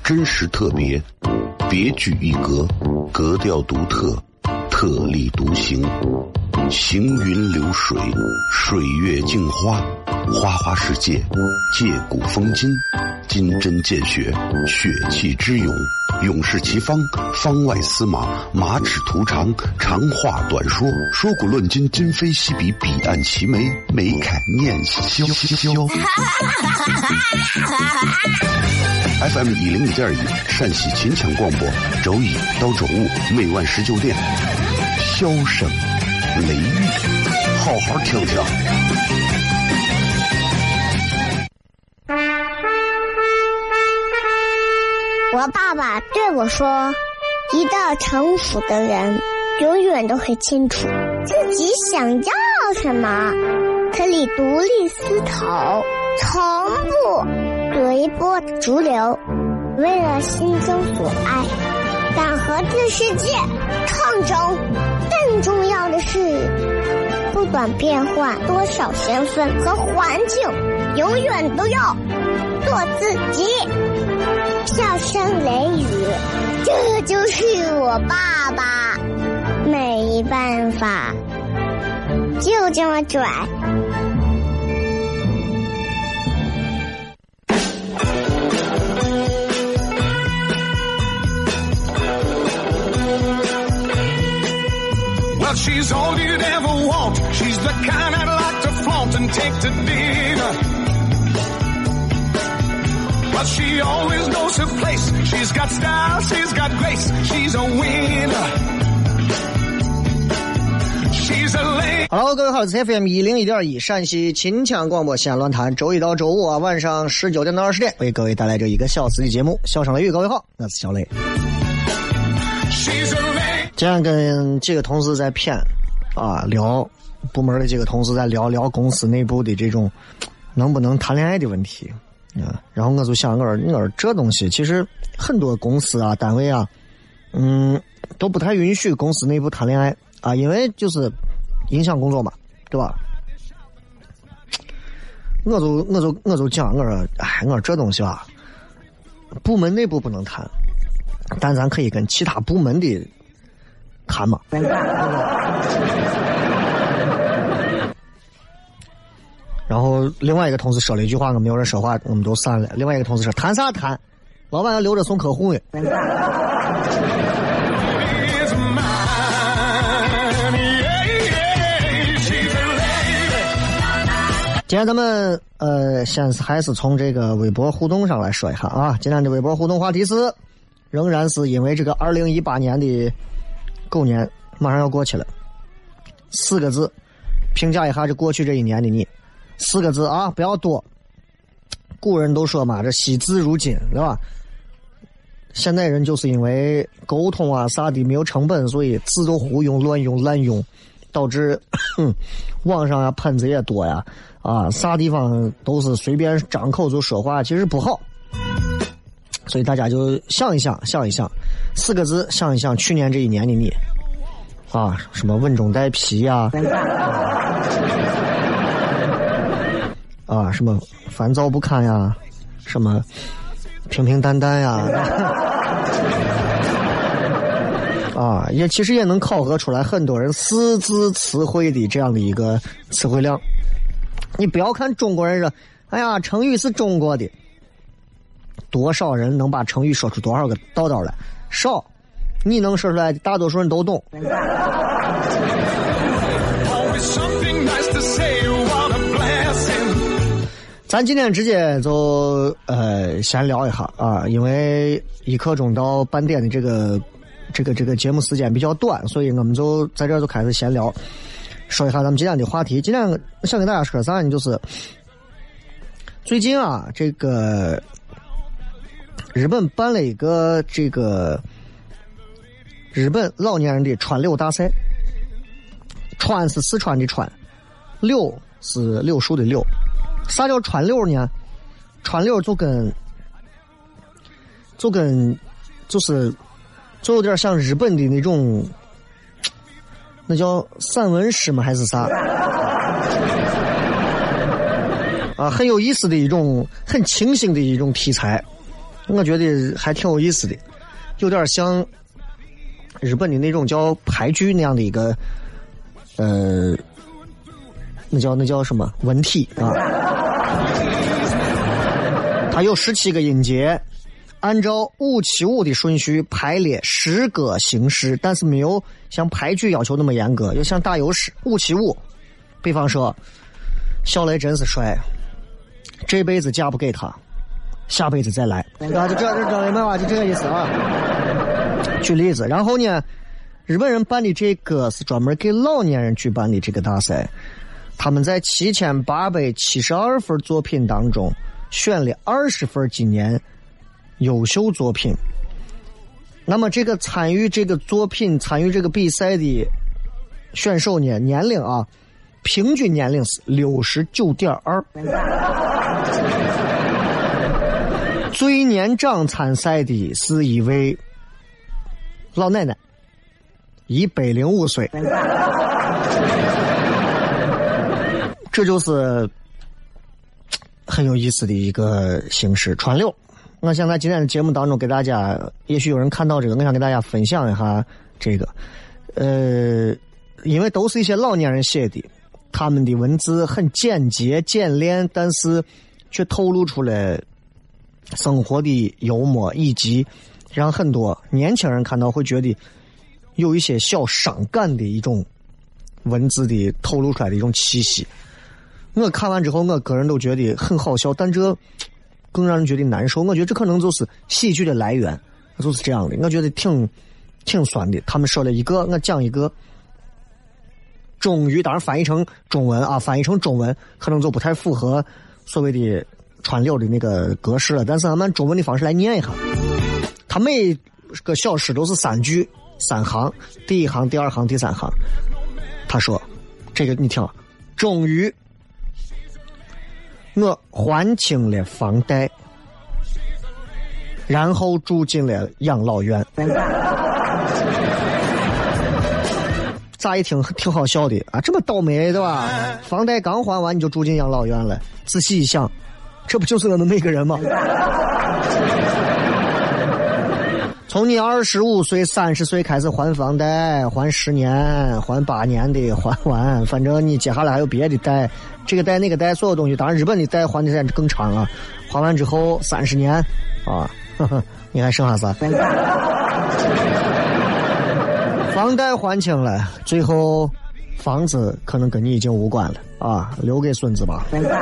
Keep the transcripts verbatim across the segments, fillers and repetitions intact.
真实特别，别具一格，格调独特，特立独行，行云流水，水月镜花，花花世界，借古风今，金针见血，血气之勇，勇士其方，方外司马，马齿图长，长话短说，说古论今，今非昔比，彼岸齐眉，眉凯面萧萧。F M 一零一点一陕西秦腔广播，周一到周五每晚十九点，箫声雷雨，好好听听。 我爸爸对我说，一个成熟的人永远都会清楚自己想要什么，可以独立思考，从不随波逐流，为了心中所爱，敢和这世界抗争。更重要的是，不管变换多少身份和环境，永远都要做自己。笑声雷雨，这就是我爸爸。没办法，就这么拽。 Well, she's all you'd ever want. She's the kind I'd like to flaunt and take to dinner. But she always knows her place. She's got style, she's got grace. She's a winner. She's a lady. Hello， 各位好，是 F M 一零一点一陕西秦腔广播西安论坛，周一到周五啊晚上十九点到二十点，为各位带来这一个小时的节目。笑声雷雨，各位好，我是小雷。今天跟几个同事在谝啊聊部门的几个同事在聊聊公司内部的这种能不能谈恋爱的问题啊，然后我就想我说我说这东西其实很多公司啊单位啊嗯都不太允许公司内部谈恋爱啊，因为就是影响工作嘛，对吧？我就我就我就讲我说哎我说这东西吧部门内部不能谈，但咱可以跟其他部门的谈嘛。然后另外一个同事说了一句话，我没有人说话，我们都散了。另外一个同事说谈啥谈，老板要留着送客户呢。今天咱们呃，先是还是从这个微博互动上来说一下啊。今天的微博互动话题是，仍然是因为这个二零一八年的狗年马上要过去了，四个字评价一下这过去这一年的你，四个字啊，不要多。古人都说嘛，这惜字如金，对吧？现代人就是因为沟通啊啥的没有成本，所以字都胡用、乱用、滥用，导致网上啊喷子也多呀，啊啥地方都是随便张口就说话，其实不好。所以大家就想一想，想一想，四个字，想一想去年这一年的你，啊，什么稳中带皮呀、啊，啊，什么烦躁不堪呀，什么平平淡淡呀，啊，也其实也能考核出来很多人四字词汇的这样的一个词汇量。你不要看中国人说，哎呀，成语是中国的。多少人能把成语说出多少个道道来？少，你能说出来的大多数人都懂。咱今天直接就呃闲聊一下啊，因为一刻钟到半点的这个这个这个节目时间比较短，所以我们就在这就开始闲聊，说一下咱们今天的话题。今天想跟大家说啥呢？就是最近啊，这个。日本办了一个这个日本老年人的川柳大赛，川是四川的川，柳是柳树的柳。啥叫川柳呢？川柳就跟就跟就是就有点像日本的那种，那叫散文诗吗？还是啥？啊，很有意思的一种，很清新的一种题材。 我觉得还挺有意思的，有点像日本的那种叫俳句那样的一个，呃，那叫那叫什么文体啊？它有十七个音节，按照五七五的顺序排列诗歌形式，但是没有像俳句要求那么严格，又像打油诗五七五。比方说，小雷真是帅，这辈子嫁不给他。下辈子再来，啊，就这这这明白吧？就这个意思啊。举例子，然后呢，日本人办的这个是专门给老年人举办的这个大赛，他们在七千八百七十二份作品当中选了二十份今年优秀作品。那么这个参与这个作品、参与这个比赛的选手呢，年龄啊，平均年龄是六十九点二。最年长参赛的是一位老奶奶，一百零五岁。这就是很有意思的一个形式传流。我想在今天的节目当中给大家，也许有人看到这个，我想给大家分享一下这个。呃，因为都是一些老年人写的，他们的文字很简洁简练，但是却透露出来生活的幽默，以及让很多年轻人看到会觉得有一些小伤感的一种文字的透露出来的一种气息。我看完之后，我个人都觉得很好笑，但这更让人觉得难受。我觉得这可能就是喜剧的来源，就是这样的。我觉得挺挺酸的。他们说了一个，我讲一个。终于，当然翻译成中文啊，翻译成中文可能就不太符合所谓的传流的那个格式了，但是咱们中文的方式来念一下。他每个小诗都是三句三行，第一行第二行第三行。他说这个你听，终于我还清了房贷，然后住进了养老院。乍一听挺好笑的啊，这么倒霉对吧？房贷刚还完你就住进养老院了，仔细一想，这不就是我们每个人吗？从你二十五岁、三十岁开始还房贷，还十年、还八年的还完，反正你接下来还有别的贷，这个贷那个贷，所有东西，当然日本的贷还的时间更长啊，还完之后三十年啊，呵呵，你还剩下啥？房贷还清了，最后房子可能跟你已经无关了啊，留给孙子吧。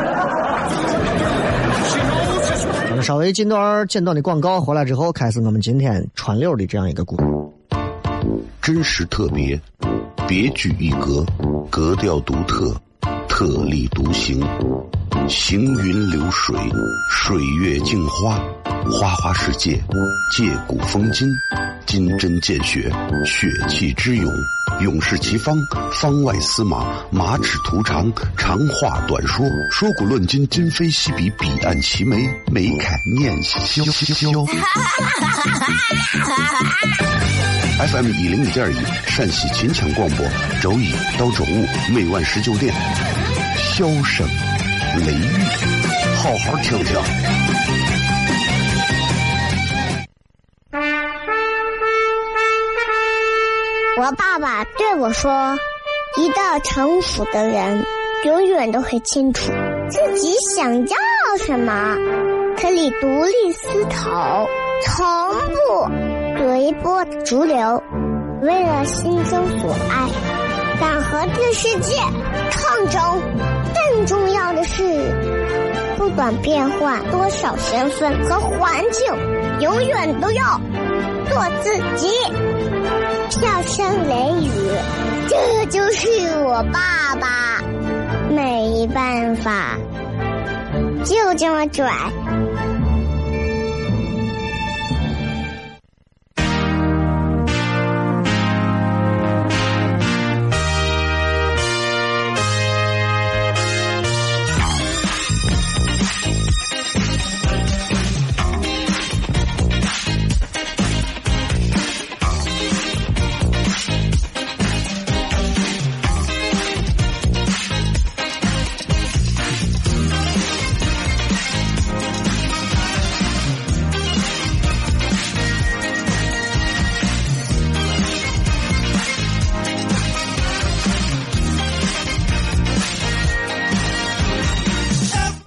我们稍微进段简短的广告，回来之后开始我们今天传流的这样一个故事。 真实特别，别具一格，格调独特，特立独行，行云流水，水月镜花，花花世界，借古风今，金针见血，血气之勇，勇士其方，方外司马，马齿图长，长话短说，说古论今，今非昔比，彼岸齐眉，眉开面笑。F M 一零一点一，陕西秦腔广播，周一到周五每晚十九点，箫声雷雨，好好听听。 我爸爸对我说，一个成熟的人永远都会清楚自己想要什么，可以独立思考，从不随波逐流，为了心中所爱，敢和这世界抗争。更重要的是，不管变换多少身份和环境，永远都要做自己。笑声雷雨，这就是我爸爸，没办法，就这么拽。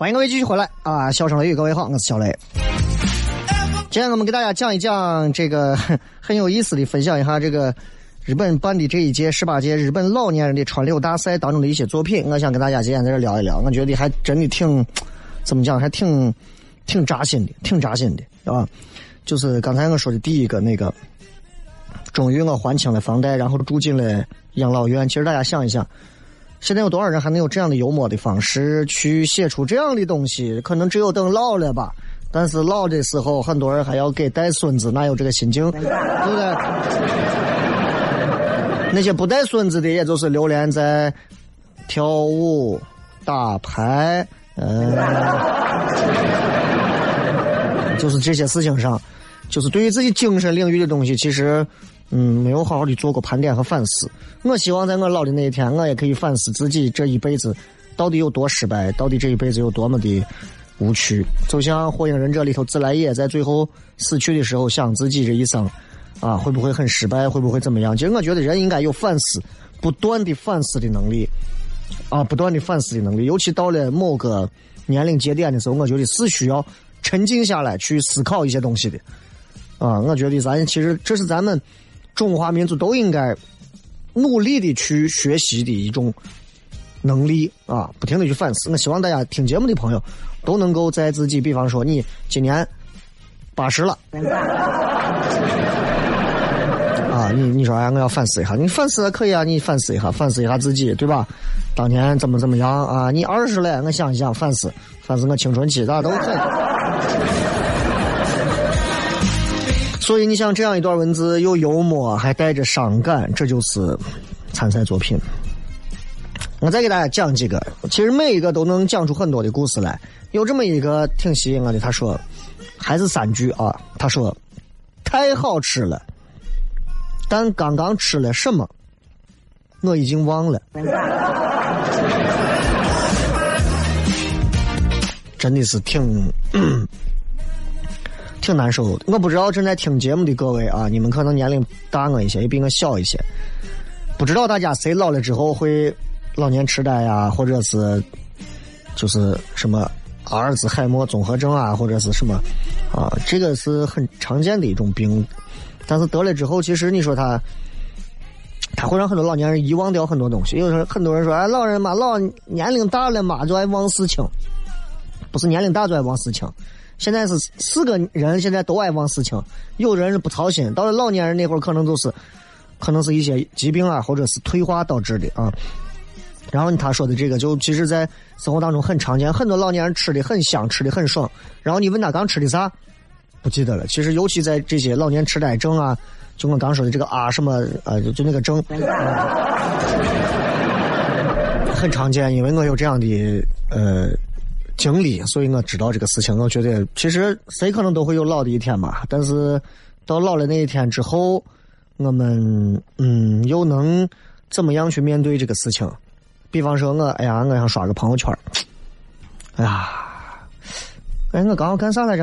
欢迎各位继续回来啊！笑声雷雨，各位好，我是小雷。今天我们给大家讲一讲这个很有意思的，分享一下这个日本办的这一届十八届日本老年人的川柳大赛当中的一些作品。我想跟大家今天在这聊一聊，我觉得还真的挺怎么讲，还挺挺扎心的，挺扎心的啊！就是刚才我说的第一个那个，终于我还清了房贷，然后住进了养老院。其实大家想一想，现在有多少人还能有这样的幽默的方式去写出这样的东西？可能只有等老了吧。但是老的时候，很多人还要给带孙子，哪有这个心境，对不对？那些不带孙子的，也就是流连在跳舞、打牌，呃，就是这些事情上，就是对于自己精神领域的东西，其实，嗯，没有好好的做过盘点和反思。我希望在我老的那一天，我也可以反思自己这一辈子到底有多失败，到底这一辈子有多么的无趣。就像《火影忍者》里头自来也在最后死去的时候想自己这一生啊会不会很失败，会不会怎么样。其实我觉得人应该有反思，不断的反思的能力啊，不断的反思的能力。尤其到了某个年龄节点的时候，我觉得是需要沉静下来去思考一些东西的啊。我觉得咱其实这是咱们中华民族都应该努力的去学习的一种能力啊，不停的去反思。我希望大家听节目的朋友都能够在自己，比方说你今年八十了啊，你你说哎，我要反思一下，你反思可以啊，你反思一下，反思一下自己，对吧？当年怎么怎么样啊？你二十了，我想一想，反思反思我青春期，大家都可以。所以你像这样一段文字，又幽默还带着伤感，这就是参赛作品。我再给大家讲几个，其实每一个都能讲出很多的故事来。有这么一个挺吸引我的，他说还是三句啊，他说太好吃了，但刚刚吃了什么我已经忘了。真的是挺挺难受的。我不知道正在听节目的各位啊，你们可能年龄大我一些，也比我小一些，不知道大家谁老了之后会老年痴呆呀，或者是就是什么阿尔兹海默综合症啊，或者是什么啊，这个是很常见的一种病。但是得了之后，其实你说他他会让很多老年人遗忘掉很多东西。有时候很多人说，哎，老人嘛，老年龄大了嘛，就爱忘事情。不是年龄大就爱忘事情，现在是四个人现在都爱忘事情。有人是不操心，到了老年人那会儿，可能都是可能是一些疾病啊，或者是退化导致的啊。然后他说的这个就其实在生活当中很常见，很多老年人吃的很香，吃的很爽，然后你问他刚吃的啥不记得了。其实尤其在这些老年痴呆症啊，就我刚说的这个啊什么呃就就那个症、呃、很常见。因为我有这样的呃经历，所以我知道这个事情。我觉得其实谁可能都会有老的一天嘛，但是到老了那一天之后，我们嗯又能怎么样去面对这个事情。比方说我哎呀我想刷个朋友圈，哎呀哎我刚刚干啥来着，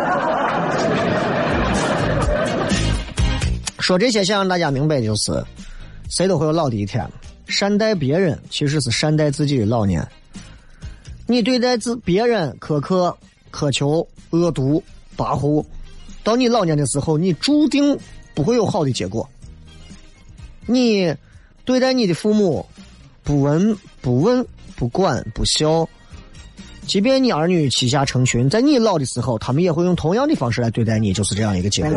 说这些想让大家明白，就是谁都会有老的一天，善待别人其实是善待自己的老年。你对待自别人苛刻、苛求、恶毒、跋扈，到你老年的时候，你注定不会有好的结果。你对待你的父母不闻不问不管不孝，即便你儿女膝下成群，在你老的时候他们也会用同样的方式来对待你，就是这样一个结果。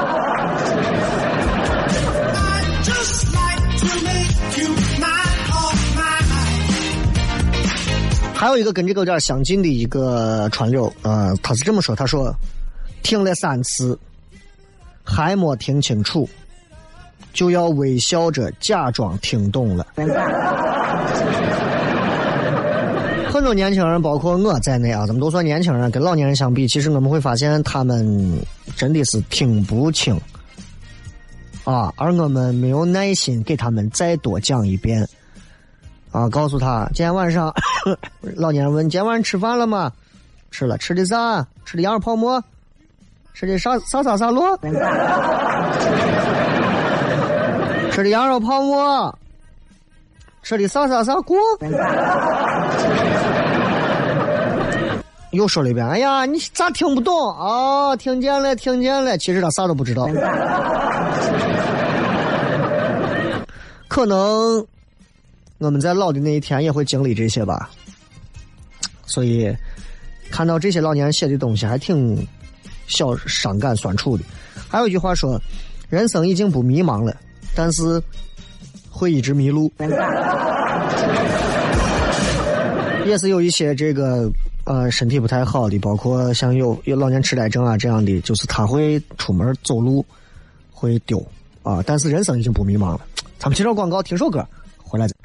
还有一个跟这个有点相近的一个传流呃，他是这么说，他说听了三次还没听清楚，就要微笑着假装听懂了。很多年轻人包括我在内啊，咱们都算年轻人，跟老年人相比，其实我们会发现他们真的是听不清啊，而我们没有耐心给他们再多讲一遍啊，告诉他今天晚上老年人问今天晚上吃饭了吗？吃了。吃的啥？吃的羊肉泡馍？吃的啥啥啥啥螺？吃的羊肉泡馍？吃的啥啥啥锅？ 又说了一遍，哎呀，你咋听不懂哦，听见了听见了，其实他啥都不知道。可能我们在老的那一天也会经历这些吧，所以看到这些老年人写的东西还挺小伤感酸楚的。还有一句话说，人生已经不迷茫了，但是会一直迷路。也是有一些这个呃身体不太好的，包括像有有老年痴呆症啊这样的，就是他会出门走路会丢啊，但是人生已经不迷茫了。咱们接着广告，听首歌，回来再。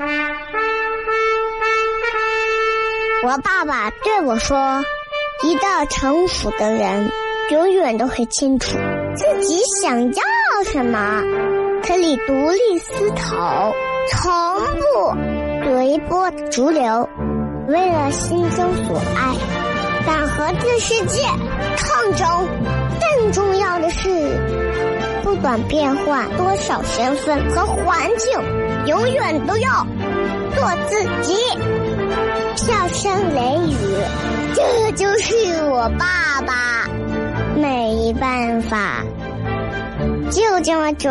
我爸爸对我说，一个成熟的人永远都会清楚自己想要什么，可以独立思考，从不随波逐流，为了心中所爱，敢和这世界抗争。更重要的是，不管变换多少身份和环境，永远都要做自己。笑声雷雨，这就是我爸爸。没办法，就这么拽。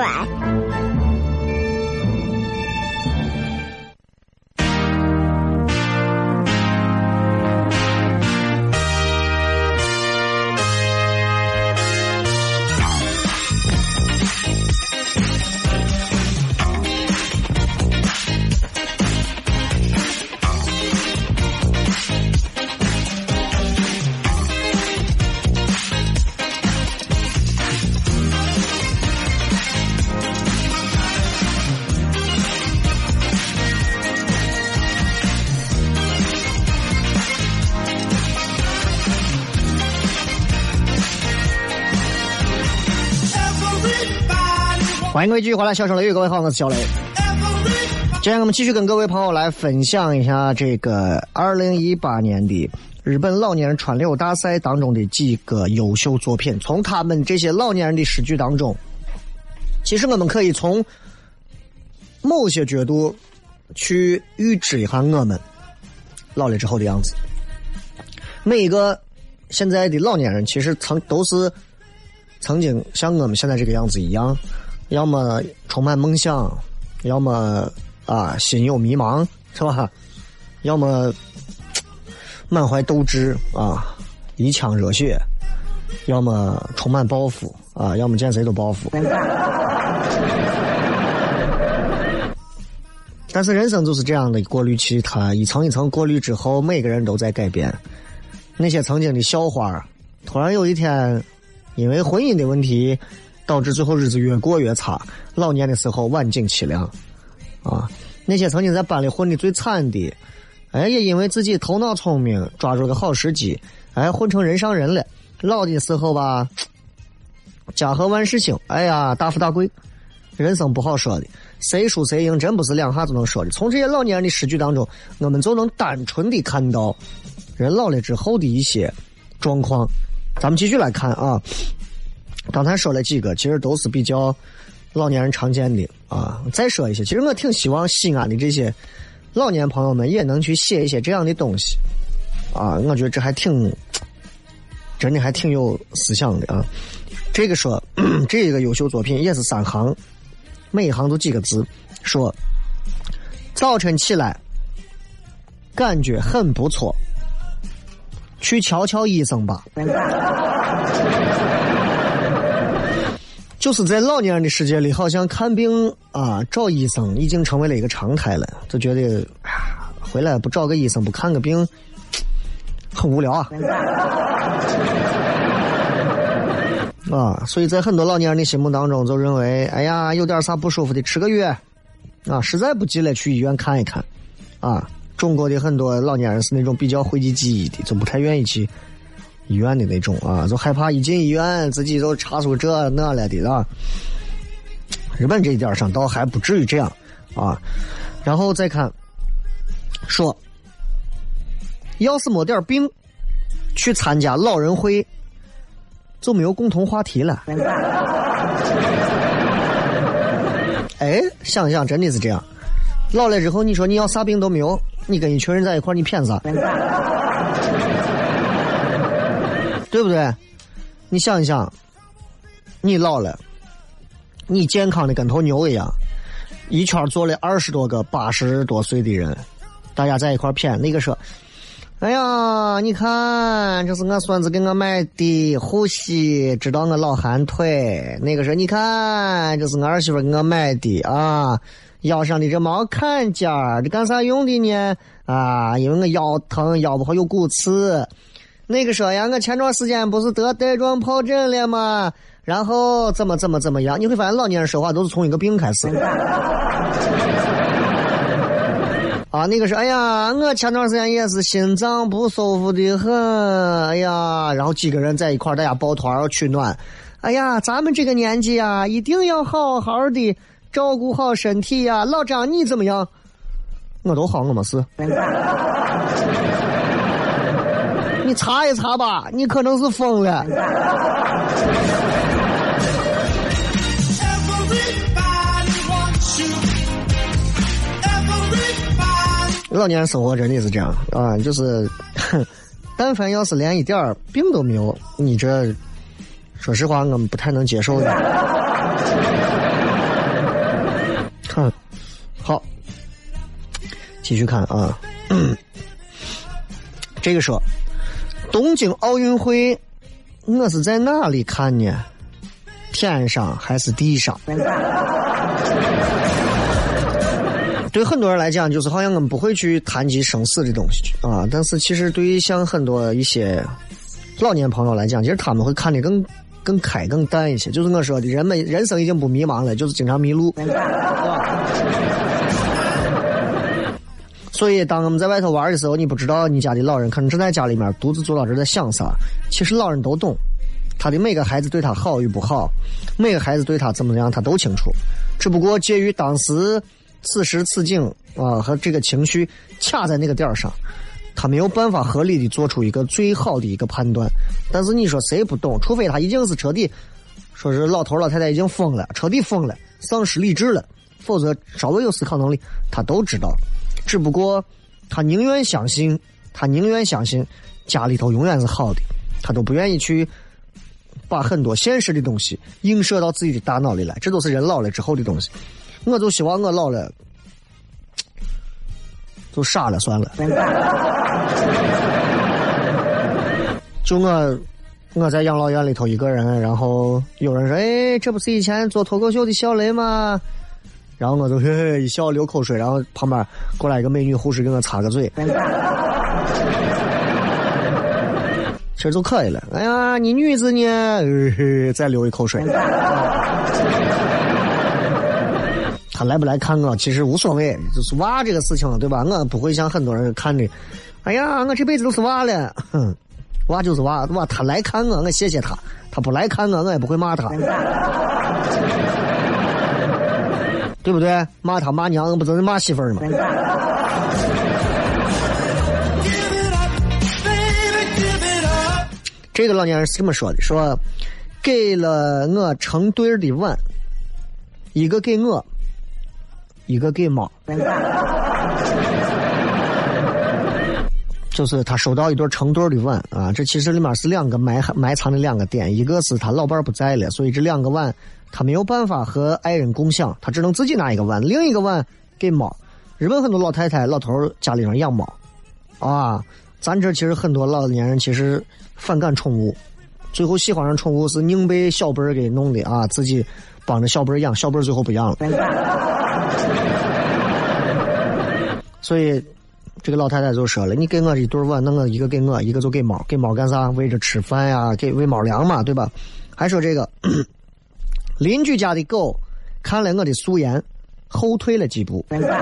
欢迎各位继续回来，笑声雷雨，各位好，我是小雷。今天我们继续跟各位朋友来分享一下这个二零一八年的日本老年人川柳大赛当中的几个优秀作品。从他们这些老年人的诗句当中，其实我们可以从某些角度去预知一下我们老了之后的样子。每一个现在的老年人其实曾都是曾经像我们现在这个样子一样，要么充满梦想，要么啊心有迷茫，是吧？要么满怀斗志啊，一腔热血，要么充满抱负啊，要么见谁都抱负。但是人生就是这样的过滤器，它一层一层过滤之后，每个人都在改变。那些曾经的校花，突然有一天因为婚姻的问题导致最后日子越过越差，老年的时候晚景凄凉啊！那些曾经在班里混的最惨的，哎，也因为自己头脑聪明，抓住个好时机，哎，混成人上人了。老的时候吧，家和万事兴，哎呀，大富大贵。人生不好说的，谁输谁赢真不是两下就能说的。从这些老年人的诗句当中，我们就能单纯的看到人老了之后的一些状况。咱们继续来看啊，刚才说了几个，其实都是比较老年人常见的啊。再说一些，其实我挺希望西安的这些老年朋友们也能去写一些这样的东西啊，我觉得这还挺真的还挺有思想的啊。这个说这个优秀作品也是三行，每一行都几个字，说早晨起来感觉很不错，去瞧瞧医生吧。就是在老年人的世界里，好像看病啊找医生已经成为了一个常态了，就觉得回来不找个医生不看个病很无聊啊。啊，所以在很多老年人的心目当中就认为，哎呀有点啥不舒服的吃个药啊，实在不济了去医院看一看啊。中国的很多老年人是那种比较讳疾忌医的，就不太愿意去医院的那种啊，就害怕一进医院自己就查出这那来的啊。日本这一点上倒还不至于这样啊。然后再看说，要是没点病去参加老人会就没有共同话题了。哎，想想真的是这样，老了之后你说你要啥病都没有，你跟一群人在一块儿你骗啥？ 对不对？你想一想，你老了，你健康的跟头牛一样，一圈坐了二十多个八十多岁的人，大家在一块谝，那个说，哎呀，你看这是我孙子给我买的护膝，知道我老寒腿。那个说，你看这是我儿媳妇给我买的啊，腰上的这毛坎肩，这干啥用的呢？啊，因为我腰疼，腰不好有骨刺。那个说呀，我前段时间不是得带状疱疹了吗？然后怎么怎么怎么样？你会发现老年人说话都是从一个病开始。啊，那个是，哎呀，我前段时间也是心脏不舒服的很，哎呀，然后几个人在一块儿，大家抱团取暖。哎呀，咱们这个年纪啊，一定要好好的照顾好身体呀、啊。老张你怎么样？我都好，我没事。你查一查吧，你可能是疯了。老年人生活真的是这样啊，就是但凡要是连一点病都没有，你这说实话我们不太能接受的。看好继续看啊，这个说东京奥运会我是在哪里看呢？天上还是地上？对很多人来讲，就是好像我们不会去谈及生死的东西啊，但是其实对于像很多一些老年朋友来讲，其实他们会看得更更开更淡一些。就是我说的，人们人生已经不迷茫了，就是经常迷路。所以当我们在外头玩的时候，你不知道你家的老人可能正在家里面独自坐到这在想啥，其实老人都懂，他的每个孩子对他好与不好，每个孩子对他怎么样他都清楚，只不过介于当时此时此景啊和这个情绪卡在那个点上，他没有办法合理的做出一个最好的一个判断。但是你说谁不懂？除非他已经是彻底说是老头老太太已经疯了，彻底疯了，丧失理智了，否则稍微有思考能力他都知道。只不过他宁愿相信他宁愿相信家里头永远是好的，他都不愿意去把很多现实的东西映射到自己的大脑里来，这都是人老了之后的东西。我就希望我老了就傻了算了。就我我在养老院里头一个人，然后有人说，哎，这不是以前做脱口秀的小雷吗？然后我就嘿嘿一笑流口水，然后旁边过来一个美女护士给我擦个嘴，其实就可以了。哎呀，你女子呢？呃、再流一口水。他来不来看我其实无所谓，就是娃这个事情对吧？我不会像很多人看的，哎呀我这辈子都是娃了，哼，娃就是娃，娃他来看我我谢谢他，他不来看我我也不会骂他，对不对？骂他骂娘不就是骂媳妇儿吗？这个老年人是这么说的，说给了我成对的碗，一个给我，一个给猫。就是他收到一对成对的碗啊，这其实里面是两个埋埋藏的两个点，一个是他老伴不在了，所以这两个碗他没有办法和爱人共享，他只能自己拿一个碗，另一个碗给猫。日本很多老太太老头家里人养猫啊，咱这其实很多老年人其实反感宠物，最后喜欢上宠物是宁被小辈给弄的啊，自己帮着小辈养，小辈最后不养了。所以这个老太太就说了，你给我一对碗，那我一个给我，一个就给猫，给猫干啥？喂着吃饭呀，给喂猫粮嘛，对吧？还说这个邻居家的狗看了我的素颜后退了几步。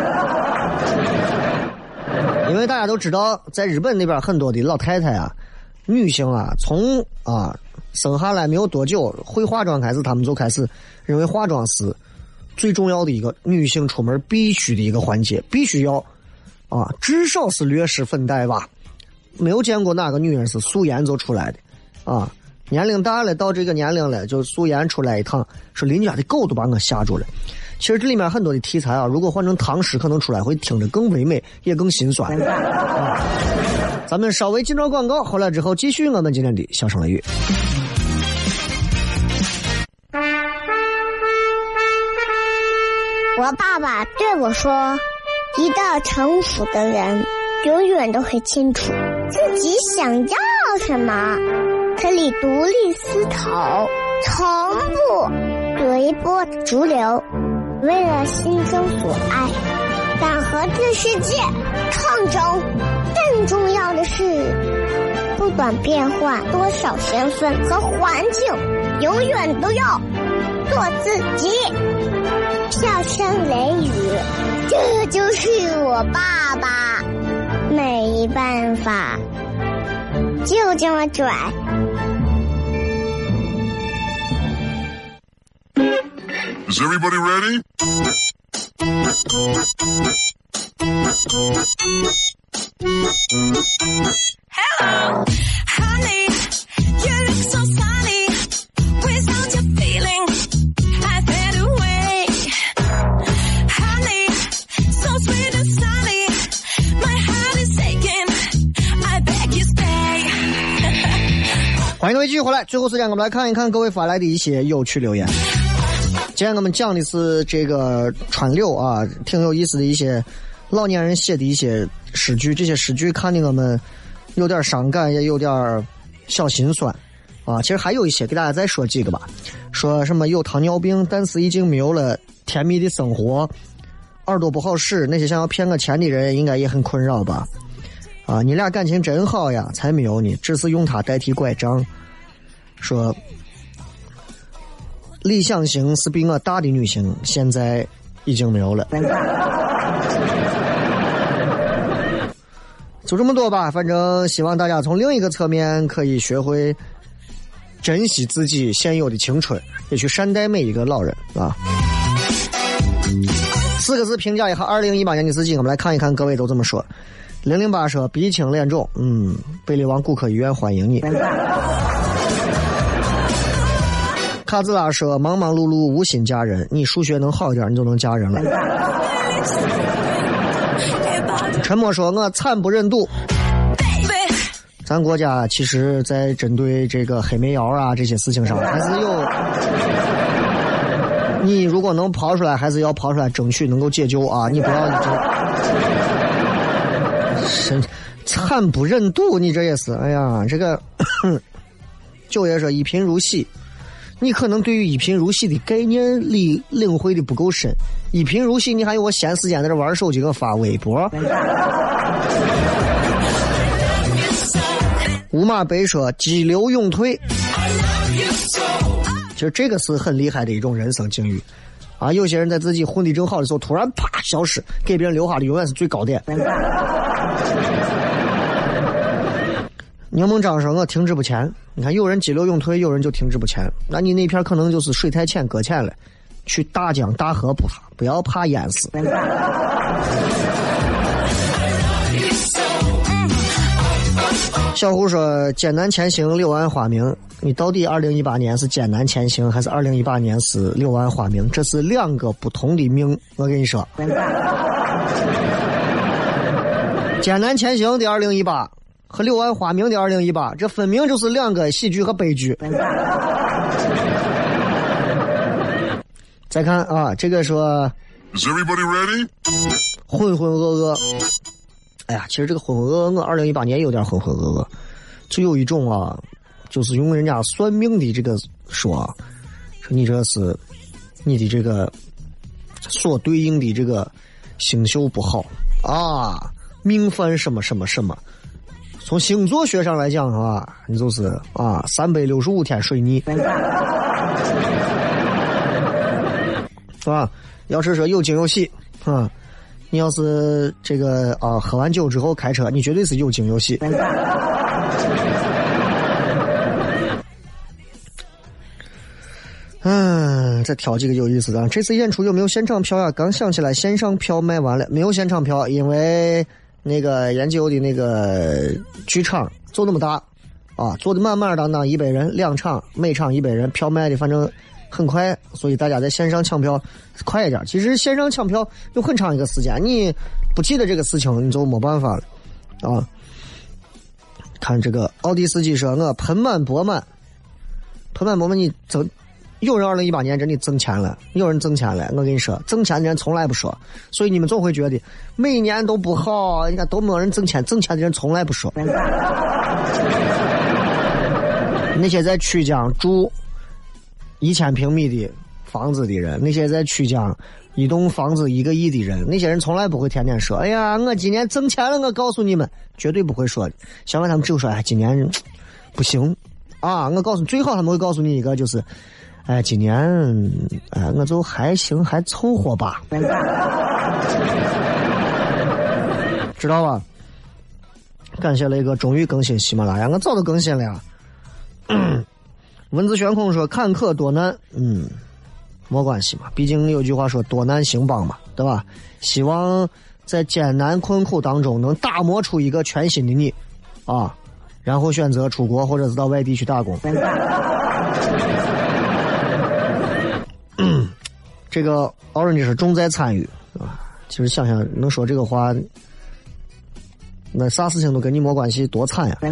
因为大家都知道在日本那边很多的老太太啊，女性啊，从啊生下来没有多久会化妆开始，他们就开始认为化妆是最重要的一个女性出门必须的一个环节，必须要啊，至少是略施粉黛吧。没有见过哪个女人是素颜就出来的啊，年龄大了到这个年龄了就素颜出来一趟，说邻家的狗都把我吓住了。其实这里面很多的题材啊，如果换成唐诗可能出来会听着更唯美也更心酸啊。 咱们稍微进段广告，回来之后继续我们今天的笑声雷雨。 我爸爸对我说，一个成熟的人永远都会清楚自己想要什么，可以独立思考，从不随波逐流，为了心中所爱，敢和这世界抗争。更重要的是，不管变换多少身份和环境，永远都要做自己。笑声雷雨，这就是我爸爸，没办法，就这么拽。 Is everybody ready? Hello, honey, you look so sunny. Without your feeling, I fade away. Honey, so sweet and sunny. My heart is aching. I beg you stay. 欢迎各位继续回来，最后时间我们来看一看各位发来的一些有趣留言。今天我们讲的是这个川柳啊，挺有意思的一些老年人写的一些诗句，这些诗句看的我们有点伤感，也有点小心酸啊。其实还有一些，给大家再说几个吧。说什么有糖尿病，但是已经没有了甜蜜的生活，耳朵不好使，那些想要骗个钱的人应该也很困扰吧。啊，你俩感情真好呀，才没有呢，只是用它代替拐杖。说理想型是比我大的女性，现在已经没有了。就这么多吧，反正希望大家从另一个侧面可以学会珍惜自己现有的青春，也去善待每一个老人啊。四个字评价一下二零一八年的自己，我们来看一看各位都这么说。零零八说鼻青脸肿，嗯，贝利王骨科医院欢迎你。卡兹拉说忙忙碌碌无心嫁人，你数学能好一点你就能嫁人了。沉默说我惨不忍睹。咱国家其实在针对这个黑煤窑啊这些事情上还是有，你如果能刨出来还是要刨出来，争取能够解救啊，你不要你这惨不忍睹，你这也是哎呀，这个九爷说一贫如洗，你可能对于一贫如洗的概念里领会的不够深。一贫如洗，你还有我闲时间在这玩手机跟发微博。五马北说激流勇退，其实这个是很厉害的一种人生境遇啊！有些人在自己混得正好的时候，突然啪消失，给别人留下的永远是最高点。牛梦章说我停滞不前，你看有人激流勇退，有人就停滞不前，那你那片可能就是水太浅搁浅了，去大江大河不怕，不要怕淹死。小胡说艰难前行柳暗花明，你到底二零一八年是艰难前行还是二零一八年是柳暗花明？这是两个不同的命，我跟你说。艰难前行的二零一八和柳暗花明的二零一八，这分明就是两个喜剧和悲剧。再看啊，这个说 Is everybody ready? 浑浑噩噩。哎呀，其实这个浑浑噩噩，我二零一八年有点浑浑噩噩，就有一种啊，就是用人家算命的这个说啊，说你这是你的这个所对应的这个星宿不好啊，命犯什么什么什么。从星座学上来讲啊，你就是啊三百六十五天水逆，是吧？要是说有惊有喜啊。你要是这个啊，喝完酒之后开车，你绝对是有惊有喜。嗯，再挑几个有意思的。这次演出有没有现场票呀？刚想起来，线上票卖完了，没有现场票，因为那个研究的那个剧场做那么大啊，做的满满当当，一百人，两场，每场一百人，票卖的反正很快，所以大家在线上抢票快一点。其实线上抢票有很长一个时间，你不记得这个事情你就没办法了啊。 看这个奥迪司机说我盆满钵满，盆满钵满你增，有人二零一八年真的挣钱了，有人挣钱了，我跟你说，挣钱的人从来不说，所以你们总会觉得每年都不好，你看都没有人挣钱，挣钱的人从来不说。那些在曲江住一千平米的房子的人，那些在曲江一栋房子一个亿的人，那些人从来不会天天说哎呀我今年挣钱了，我告诉你们，绝对不会说的。相反他们只会说哎今年不行啊，我告诉你，最好他们会告诉你一个就是哎今年哎我就还行还凑合吧，知道吧？感谢雷哥终于更新喜马拉雅，我早都更新了呀。文字悬空说坎坷多难，嗯，没关系嘛，毕竟有句话说多难兴邦嘛，对吧？希望在艰难困苦当中能打磨出一个全新的你啊，然后选择出国或者是到外地去打工。嗯，这个 Orange 是重在参与啊，其实想想能说这个话，那啥事情都跟你没关系，多惨呀！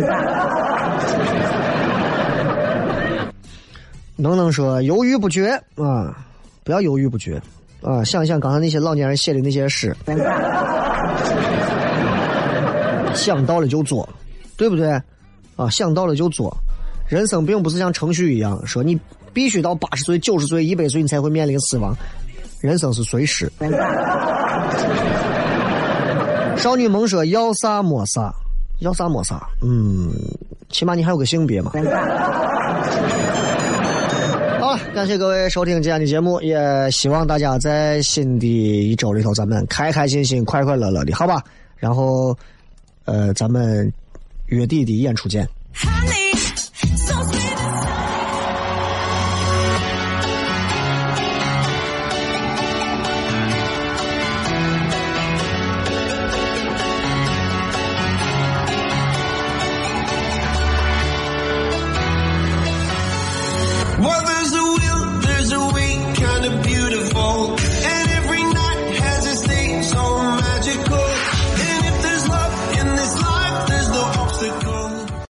能能说犹豫不决啊，不要犹豫不决啊！想一想刚才那些老年人写的那些诗，想到了就做，对不对啊？想到了就做，人生并不是像程序一样说你必须到八十岁、九十岁、一百岁你才会面临死亡，人生是随时。少女萌说要啥没啥，要啥没啥，嗯，起码你还有个性别嘛。好了，感谢各位收听今天的节目，也希望大家在新的一周里头咱们开开心心快快乐乐的，好吧？然后呃咱们月底的演出见。